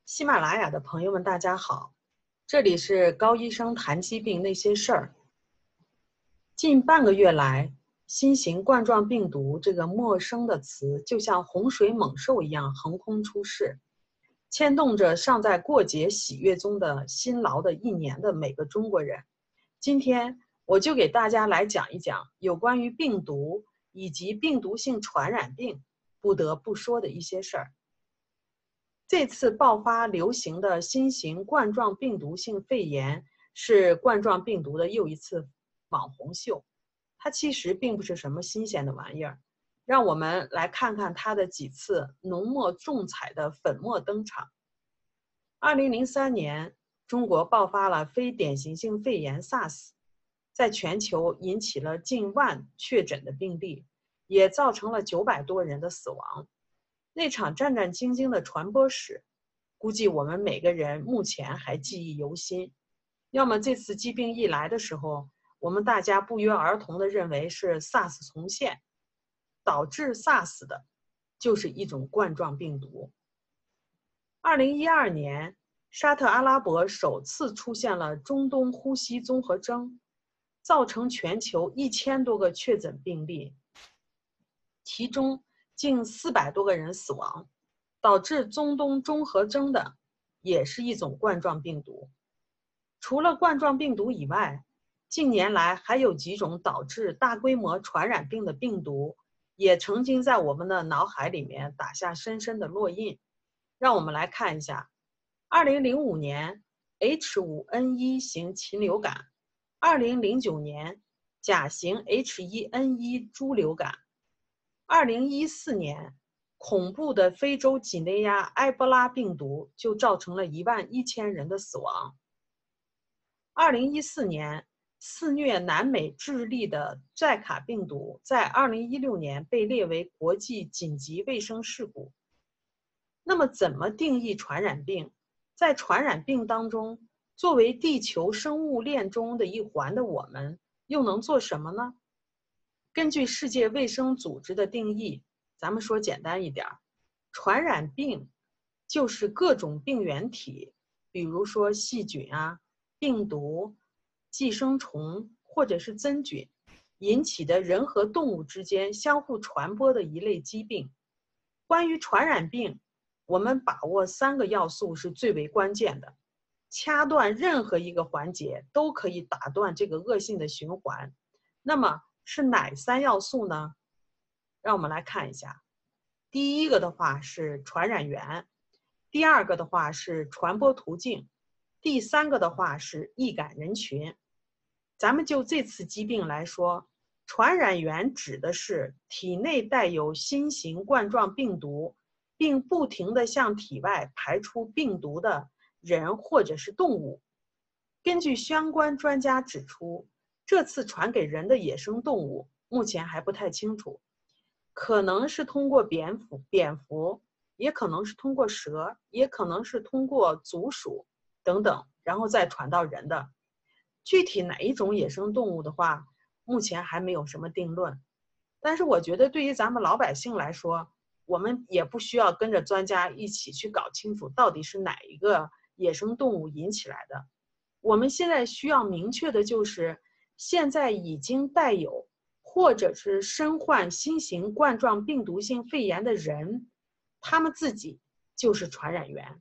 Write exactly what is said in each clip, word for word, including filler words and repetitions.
喜马拉雅的朋友们，大家好，这里是高医生谈疾病那些事儿。近半个月来，新型冠状病毒这个陌生的词，就像洪水猛兽一样横空出世，牵动着尚在过节喜悦中的辛劳的一年的每个中国人。今天我就给大家来讲一讲有关于病毒以及病毒性传染病不得不说的一些事儿。这次爆发流行的新型冠状病毒性肺炎是冠状病毒的又一次网红秀，它其实并不是什么新鲜的玩意儿。让我们来看看它的几次浓墨重彩的粉墨登场。二零零三年，中国爆发了非典型性肺炎 SARS， 在全球引起了近万确诊的病例，也造成了九百多人的死亡。那场战战兢兢的传播史，估计我们每个人目前还记忆犹新。要么这次疾病一来的时候，我们大家不约而同地认为是 SARS 重现，导致 SARS 的就是一种冠状病毒。二零一二年，沙特阿拉伯首次出现了中东呼吸综合征，造成全球一千多个确诊病例，其中近四百多个人死亡。导致中东综合征的也是一种冠状病毒。除了冠状病毒以外，近年来还有几种导致大规模传染病的病毒也曾经在我们的脑海里面打下深深的烙印。让我们来看一下。二零零五年 H 五N 一 型禽流感，二零零九年甲型 H 一 N 一 猪流感，二零一四年恐怖的非洲几内亚埃博拉病毒就造成了一万一千人的死亡。二零一四年肆虐南美智利的寨卡病毒在二零一六年被列为国际紧急卫生事故。那么怎么定义传染病？在传染病当中，作为地球生物链中的一环的我们又能做什么呢？根据世界卫生组织的定义，咱们说简单一点，传染病就是各种病原体，比如说细菌啊、病毒、寄生虫或者是真菌引起的人和动物之间相互传播的一类疾病。关于传染病，我们把握三个要素是最为关键的，掐断任何一个环节都可以打断这个恶性的循环。那么是哪三要素呢？让我们来看一下。第一个的话是传染源，第二个的话是传播途径，第三个的话是易感人群。咱们就这次疾病来说，传染源指的是体内带有新型冠状病毒，并不停地向体外排出病毒的人或者是动物。根据相关专家指出，这次传给人的野生动物目前还不太清楚，可能是通过蝙蝠，蝙蝠也可能是通过蛇，也可能是通过足鼠等等，然后再传到人的。具体哪一种野生动物的话，目前还没有什么定论。但是我觉得对于咱们老百姓来说，我们也不需要跟着专家一起去搞清楚到底是哪一个野生动物引起来的。我们现在需要明确的就是，现在已经带有或者是身患新型冠状病毒性肺炎的人，他们自己就是传染源。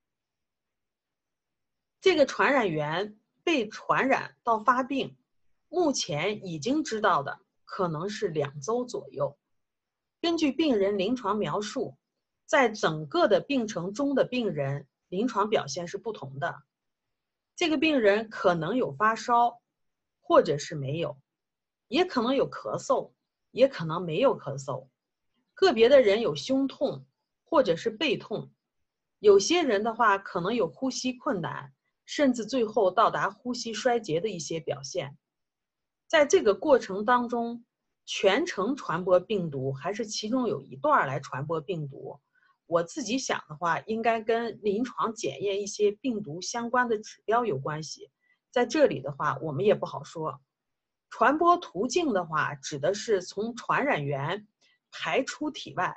这个传染源被传染到发病，目前已经知道的可能是两周左右。根据病人临床描述，在整个的病程中的病人临床表现是不同的。这个病人可能有发烧，或者是没有，也可能有咳嗽，也可能没有咳嗽。个别的人有胸痛，或者是背痛。有些人的话可能有呼吸困难，甚至最后到达呼吸衰竭的一些表现。在这个过程当中，全程传播病毒还是其中有一段来传播病毒，我自己想的话，应该跟临床检验一些病毒相关的指标有关系。在这里的话，我们也不好说。传播途径的话，指的是从传染源排出体外，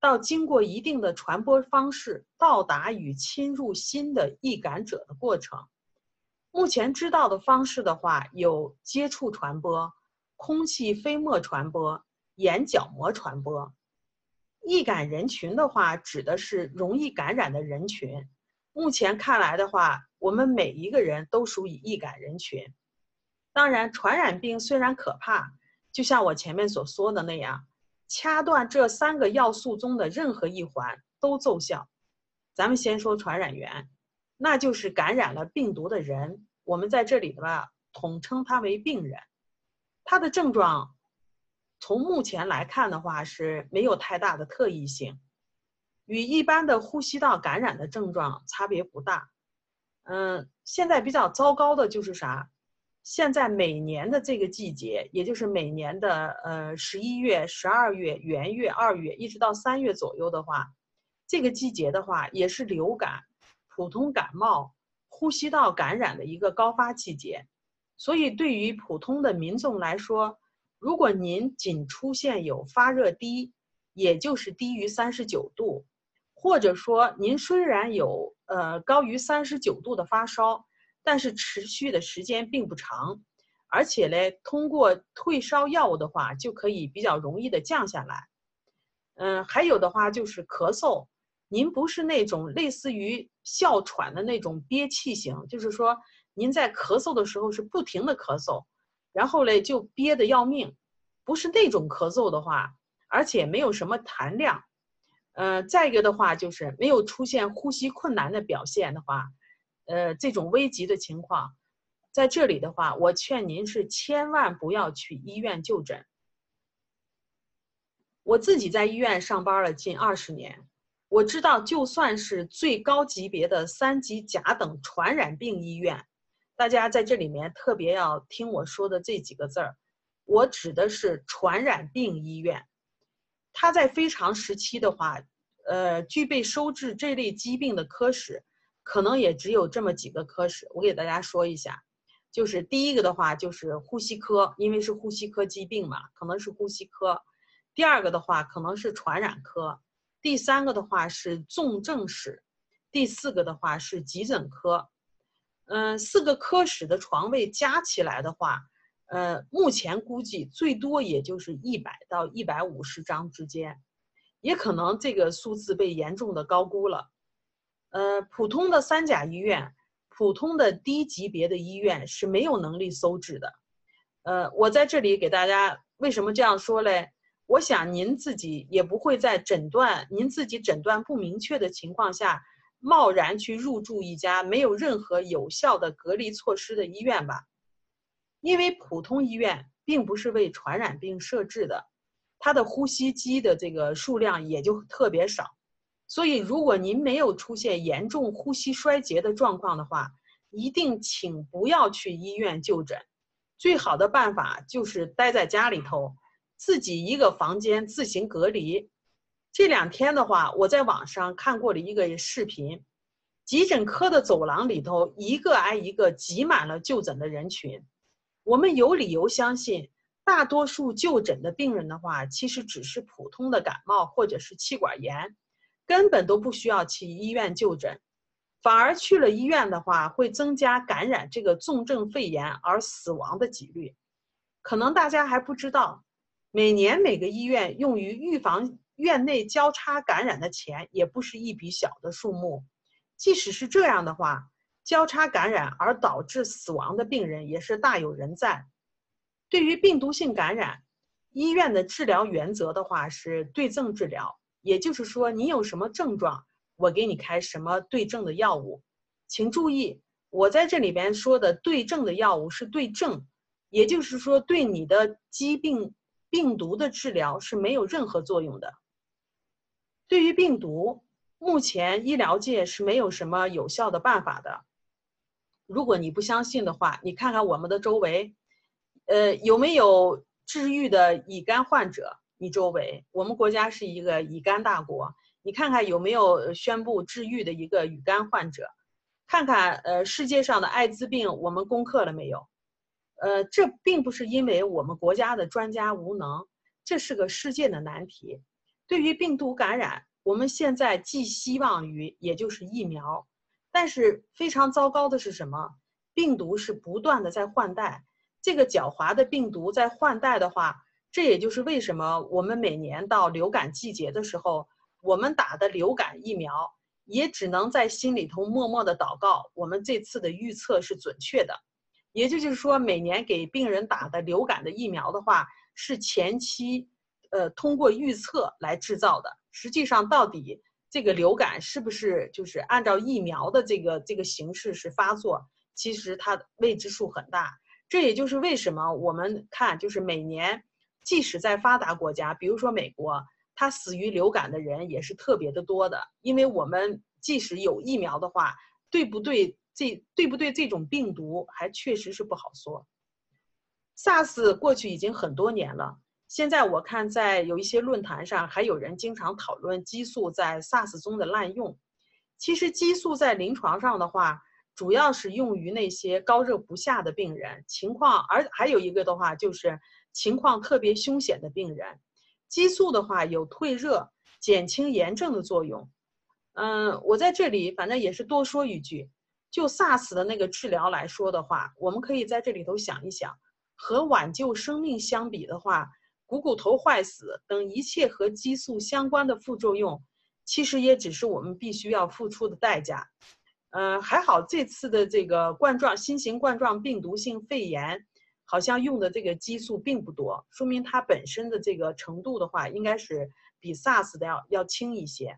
到经过一定的传播方式到达与侵入心的易感者的过程。目前知道的方式的话，有接触传播、空气飞沫传播、眼角膜传播。易感人群的话，指的是容易感染的人群。目前看来的话，我们每一个人都属于易感人群。当然，传染病虽然可怕，就像我前面所说的那样，掐断这三个要素中的任何一环都奏效。咱们先说传染源，那就是感染了病毒的人，我们在这里的吧，统称他为病人。他的症状从目前来看的话是没有太大的特异性，与一般的呼吸道感染的症状差别不大。嗯，现在比较糟糕的就是啥？现在每年的这个季节，也就是每年的呃十一月、十二月、元月、二月，一直到三月左右的话，这个季节的话也是流感、普通感冒、呼吸道感染的一个高发季节。所以对于普通的民众来说，如果您仅出现有发热低，也就是低于三十九度，或者说您虽然有呃高于三十九度的发烧，但是持续的时间并不长，而且呢，通过退烧药物的话，就可以比较容易的降下来。嗯，还有的话就是咳嗽，您不是那种类似于哮喘的那种憋气型，就是说您在咳嗽的时候是不停的咳嗽，然后呢就憋得要命，不是那种咳嗽的话，而且没有什么痰量。呃，再一个的话就是没有出现呼吸困难的表现的话，呃，这种危急的情况，在这里的话，我劝您是千万不要去医院就诊。我自己在医院上班了近二十年，我知道就算是最高级别的三级甲等传染病医院，大家在这里面特别要听我说的这几个字儿，我指的是传染病医院。它在非常时期的话，呃，具备收治这类疾病的科室，可能也只有这么几个科室。我给大家说一下，就是第一个的话就是呼吸科，因为是呼吸科疾病嘛，可能是呼吸科。第二个的话可能是传染科，第三个的话是重症室，第四个的话是急诊科。嗯，四个科室的床位加起来的话，呃，目前估计最多也就是一百到一百五十张之间，也可能这个数字被严重的高估了。呃，普通的三甲医院，普通的低级别的医院是没有能力收治的。呃，我在这里给大家为什么这样说嘞？我想您自己也不会在诊断您自己诊断不明确的情况下，贸然去入住一家没有任何有效的隔离措施的医院吧。因为普通医院并不是为传染病设置的，它的呼吸机的这个数量也就特别少，所以如果您没有出现严重呼吸衰竭的状况的话，一定请不要去医院就诊。最好的办法就是待在家里头，自己一个房间自行隔离。这两天的话，我在网上看过了一个视频，急诊科的走廊里头一个挨一个挤满了就诊的人群。我们有理由相信，大多数就诊的病人的话，其实只是普通的感冒或者是气管炎，根本都不需要去医院就诊。反而去了医院的话，会增加感染这个重症肺炎而死亡的几率。可能大家还不知道，每年每个医院用于预防院内交叉感染的钱也不是一笔小的数目。即使是这样的话，交叉感染而导致死亡的病人也是大有人在。对于病毒性感染，医院的治疗原则的话是对症治疗，也就是说你有什么症状，我给你开什么对症的药物。请注意，我在这里边说的对症的药物是对症，也就是说对你的疾病病毒的治疗是没有任何作用的。对于病毒，目前医疗界是没有什么有效的办法的。如果你不相信的话，你看看我们的周围，呃，有没有治愈的乙肝患者？你周围，我们国家是一个乙肝大国，你看看有没有宣布治愈的一个乙肝患者？看看呃世界上的艾滋病我们攻克了没有？呃，这并不是因为我们国家的专家无能，这是个世界的难题。 对于病毒感染，我们现在寄希望于也就是疫苗，但是非常糟糕的是什么？病毒是不断的在换代，这个狡猾的病毒在换代的话，这也就是为什么我们每年到流感季节的时候，我们打的流感疫苗也只能在心里头默默的祷告，我们这次的预测是准确的。也就是说，每年给病人打的流感的疫苗的话，是前期呃通过预测来制造的。实际上，到底这个流感是不是就是按照疫苗的这个这个形式是发作，其实它未知数很大。这也就是为什么我们看，就是每年即使在发达国家，比如说美国，它死于流感的人也是特别的多的。因为我们即使有疫苗的话，对不对这对不对这种病毒还确实是不好说。SARS 过去已经很多年了，现在我看在有一些论坛上还有人经常讨论激素在 SARS 中的滥用。其实激素在临床上的话，主要是用于那些高热不下的病人，情况而还有一个的话就是情况特别凶险的病人。激素的话有退热、减轻炎症的作用。嗯，我在这里反正也是多说一句，就 SARS 的那个治疗来说的话，我们可以在这里头想一想，和挽救生命相比的话，股骨头坏死等一切和激素相关的副作用，其实也只是我们必须要付出的代价。嗯，还好这次的这个冠状新型冠状病毒性肺炎，好像用的这个激素并不多，说明它本身的这个程度的话，应该是比 SARS 的要要轻一些。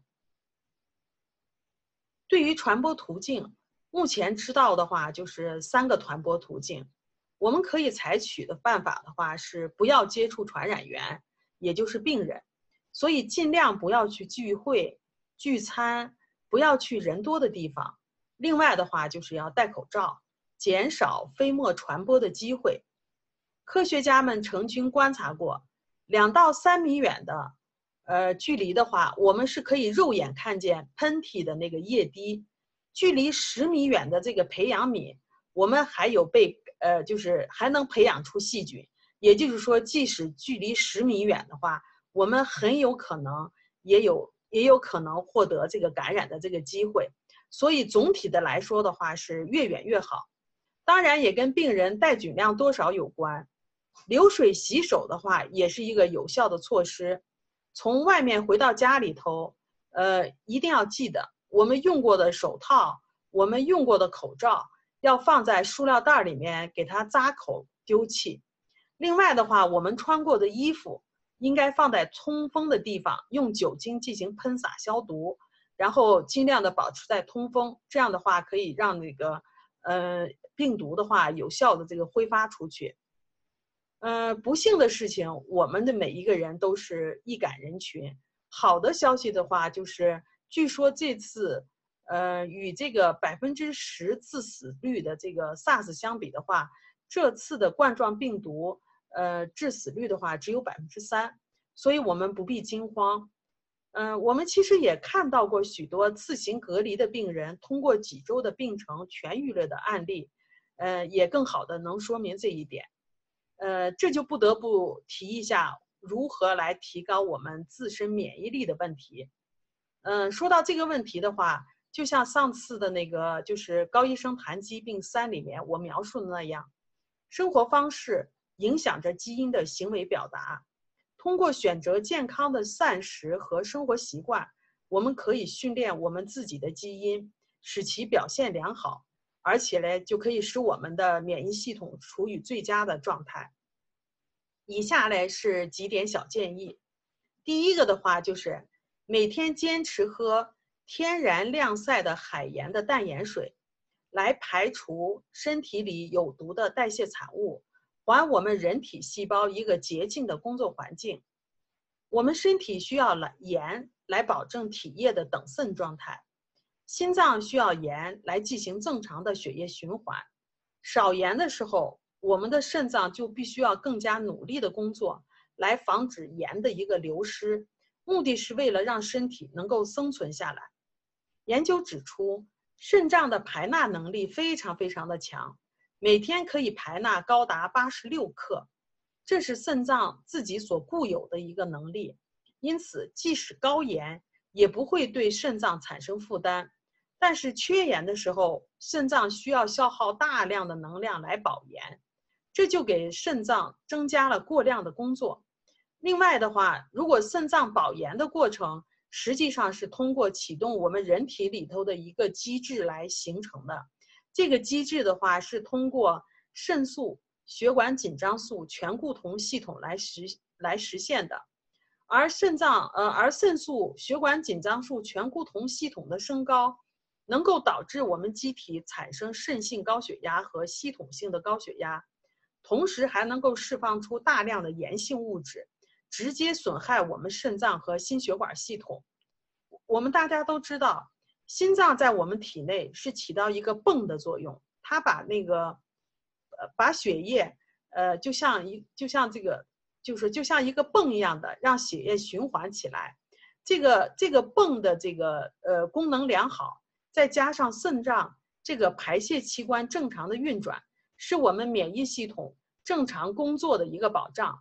对于传播途径，目前知道的话就是三个传播途径。我们可以采取的办法的话是不要接触传染源，也就是病人，所以尽量不要去聚会、聚餐，不要去人多的地方。另外的话就是要戴口罩，减少飞沫传播的机会。科学家们曾经观察过，两到三米远的呃距离的话，我们是可以肉眼看见喷嚏的那个液滴；距离十米远的这个培养皿，我们还有被呃就是还能培养出细菌。也就是说，即使距离十米远的话，我们很有可能也有也有可能获得这个感染的这个机会。所以总体的来说的话是越远越好。当然也跟病人带菌量多少有关。流水洗手的话也是一个有效的措施。从外面回到家里头，呃，一定要记得我们用过的手套，我们用过的口罩要放在塑料袋里面给它扎口丢弃。另外的话，我们穿过的衣服应该放在通风的地方，用酒精进行喷洒消毒，然后尽量的保持在通风，这样的话可以让那个呃病毒的话有效的这个挥发出去。呃，不幸的事情，我们的每一个人都是易感人群。好的消息的话，就是据说这次，呃，与这个百分之十致死率的这个 SARS 相比的话，这次的冠状病毒，呃，致死率的话只有百分之三，所以我们不必惊慌。嗯、呃，我们其实也看到过许多自行隔离的病人通过几周的病程痊愈了的案例，呃，也更好的能说明这一点。呃，这就不得不提一下如何来提高我们自身免疫力的问题。嗯、呃，说到这个问题的话，就像上次的那个就是高医生谈疾病三里面我描述的那样，生活方式影响着基因的行为表达。通过选择健康的膳食和生活习惯，我们可以训练我们自己的基因，使其表现良好。而且呢，就可以使我们的免疫系统处于最佳的状态。以下呢是几点小建议。第一个的话就是每天坚持喝天然晾晒的海盐的淡盐水，来排除身体里有毒的代谢产物，还我们人体细胞一个洁净的工作环境。我们身体需要盐来保证体液的等渗状态。心脏需要盐来进行正常的血液循环，少盐的时候，我们的肾脏就必须要更加努力的工作，来防止盐的一个流失，目的是为了让身体能够生存下来。研究指出，肾脏的排钠能力非常非常的强，每天可以排钠高达八十六克，这是肾脏自己所固有的一个能力。 因此即使高盐也不会对肾脏产生负担。但是缺盐的时候，肾脏需要消耗大量的能量来保盐，这就给肾脏增加了过量的工作。另外的话，如果肾脏保盐的过程实际上是通过启动我们人体里头的一个机制来形成的，这个机制的话是通过肾素、血管紧张素、醛固酮系统来实来实现的。而肾脏呃，而肾素、血管紧张素、醛固酮系统的升高，能够导致我们机体产生肾性高血压和系统性的高血压，同时还能够释放出大量的盐性物质，直接损害我们肾脏和心血管系统。我们大家都知道，心脏在我们体内是起到一个泵的作用，它把那个呃把血液呃就像一就像这个就是就像一个泵一样的，让血液循环起来。这个这个泵的这个呃功能良好，再加上肾脏这个排泄器官正常的运转，是我们免疫系统正常工作的一个保障。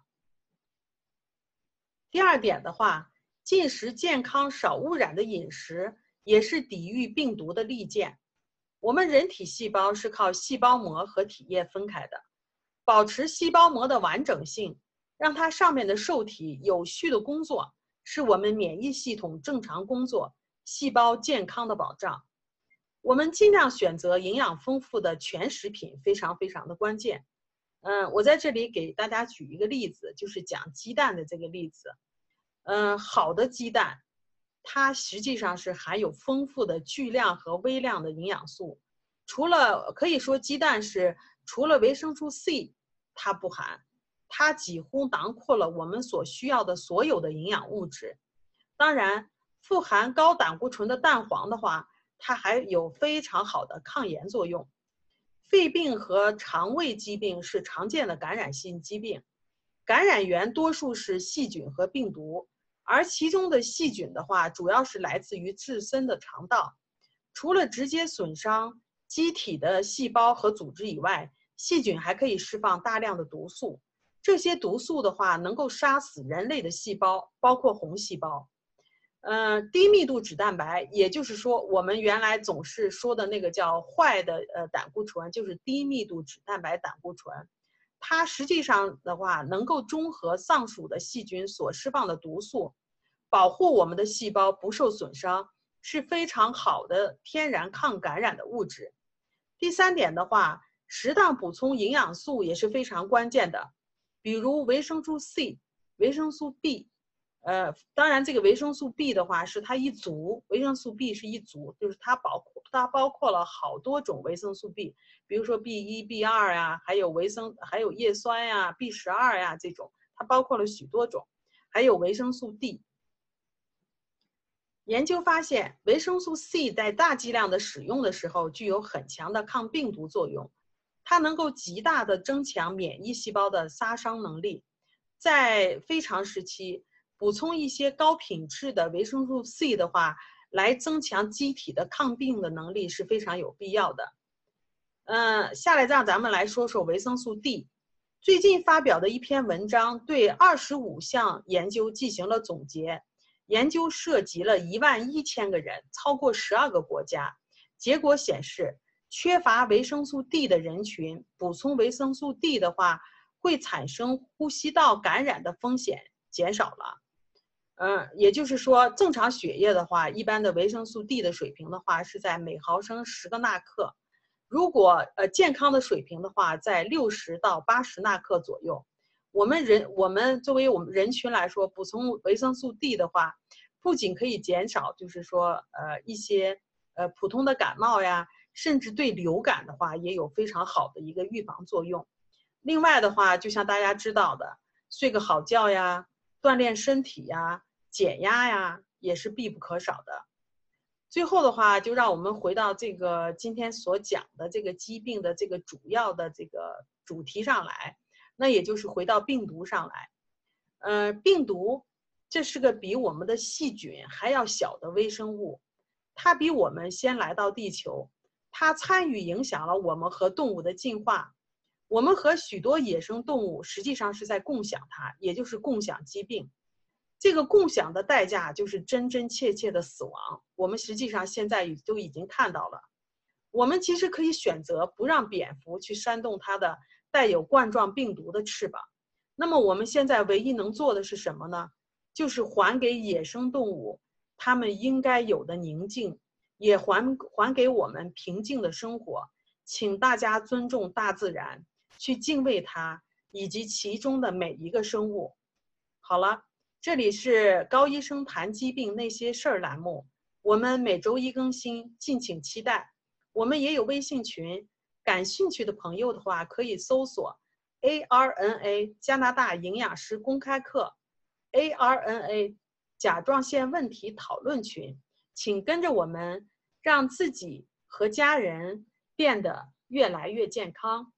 第二点的话，进食健康少污染的饮食也是抵御病毒的利剑。我们人体细胞是靠细胞膜和体液分开的，保持细胞膜的完整性，让它上面的受体有序的工作，是我们免疫系统正常工作、细胞健康的保障。我们尽量选择营养丰富的全食品，非常非常的关键。嗯，我在这里给大家举一个例子，就是讲鸡蛋的这个例子。嗯，好的鸡蛋，它实际上是含有丰富的巨量和微量的营养素。除了可以说鸡蛋是除了维生素 C 它不含，它几乎囊括了我们所需要的所有的营养物质。当然，富含高胆固醇的蛋黄的话，它还有非常好的抗炎作用。肺病和肠胃疾病是常见的感染性疾病，感染源多数是细菌和病毒，而其中的细菌的话，主要是来自于自身的肠道。除了直接损伤机体的细胞和组织以外，细菌还可以释放大量的毒素。这些毒素的话，能够杀死人类的细胞，包括红细胞。呃，低密度脂蛋白，也就是说，我们原来总是说的那个叫坏的呃胆固醇，就是低密度脂蛋白胆固醇。它实际上的话，能够中和上述的细菌所释放的毒素，保护我们的细胞不受损伤，是非常好的天然抗感染的物质。第三点的话，适当补充营养素也是非常关键的，比如维生素 C、维生素 B。呃，当然，这个维生素 B 的话是它一族，维生素 B 是一族，就是它包括它包括了好多种维生素 B， 比如说 B 一、B 二 呀，还有维生还有叶酸呀、B 十二 呀这种，它包括了许多种，还有维生素 D。研究发现，维生素 C 在大剂量的使用的时候，具有很强的抗病毒作用，它能够极大的增强免疫细胞的杀伤能力。在非常时期，补充一些高品质的维生素 C 的话，来增强机体的抗病的能力是非常有必要的。嗯，下来让咱们来说说维生素 D。最近发表的一篇文章对二十五项研究进行了总结，研究涉及了一万一千个人，超过十二个国家。结果显示，缺乏维生素 D 的人群，补充维生素 D 的话，会产生呼吸道感染的风险减少了。嗯，也就是说，正常血液的话，一般的维生素 D 的水平的话是在每毫升十个纳克，如果呃健康的水平的话，在六十到八十纳克左右。我们人我们作为我们人群来说，补充维生素 D 的话，不仅可以减少，就是说呃一些呃普通的感冒呀，甚至对流感的话也有非常好的一个预防作用。另外的话，就像大家知道的，睡个好觉呀，锻炼身体呀，减压呀，也是必不可少的。最后的话，就让我们回到这个今天所讲的这个疾病的这个主要的这个主题上来，那也就是回到病毒上来。呃，病毒这是个比我们的细菌还要小的微生物，它比我们先来到地球，它参与影响了我们和动物的进化。我们和许多野生动物实际上是在共享它，也就是共享疾病。 这个共享的代价就是真真切切的死亡。我们实际上现在都已经看到了。我们其实可以选择不让蝙蝠去扇动它的带有冠状病毒的翅膀。那么我们现在唯一能做的是什么呢？就是还给野生动物它们应该有的宁静，也还还给我们平静的生活。请大家尊重大自然，去敬畏它以及其中的每一个生物。好了，这里是高医生谈疾病那些事儿栏目，我们每周一更新，敬请期待。我们也有微信群，感兴趣的朋友的话可以搜索 A R N A 加拿大营养师公开课 A R N A 甲状腺问题讨论群，请跟着我们，让自己和家人变得越来越健康。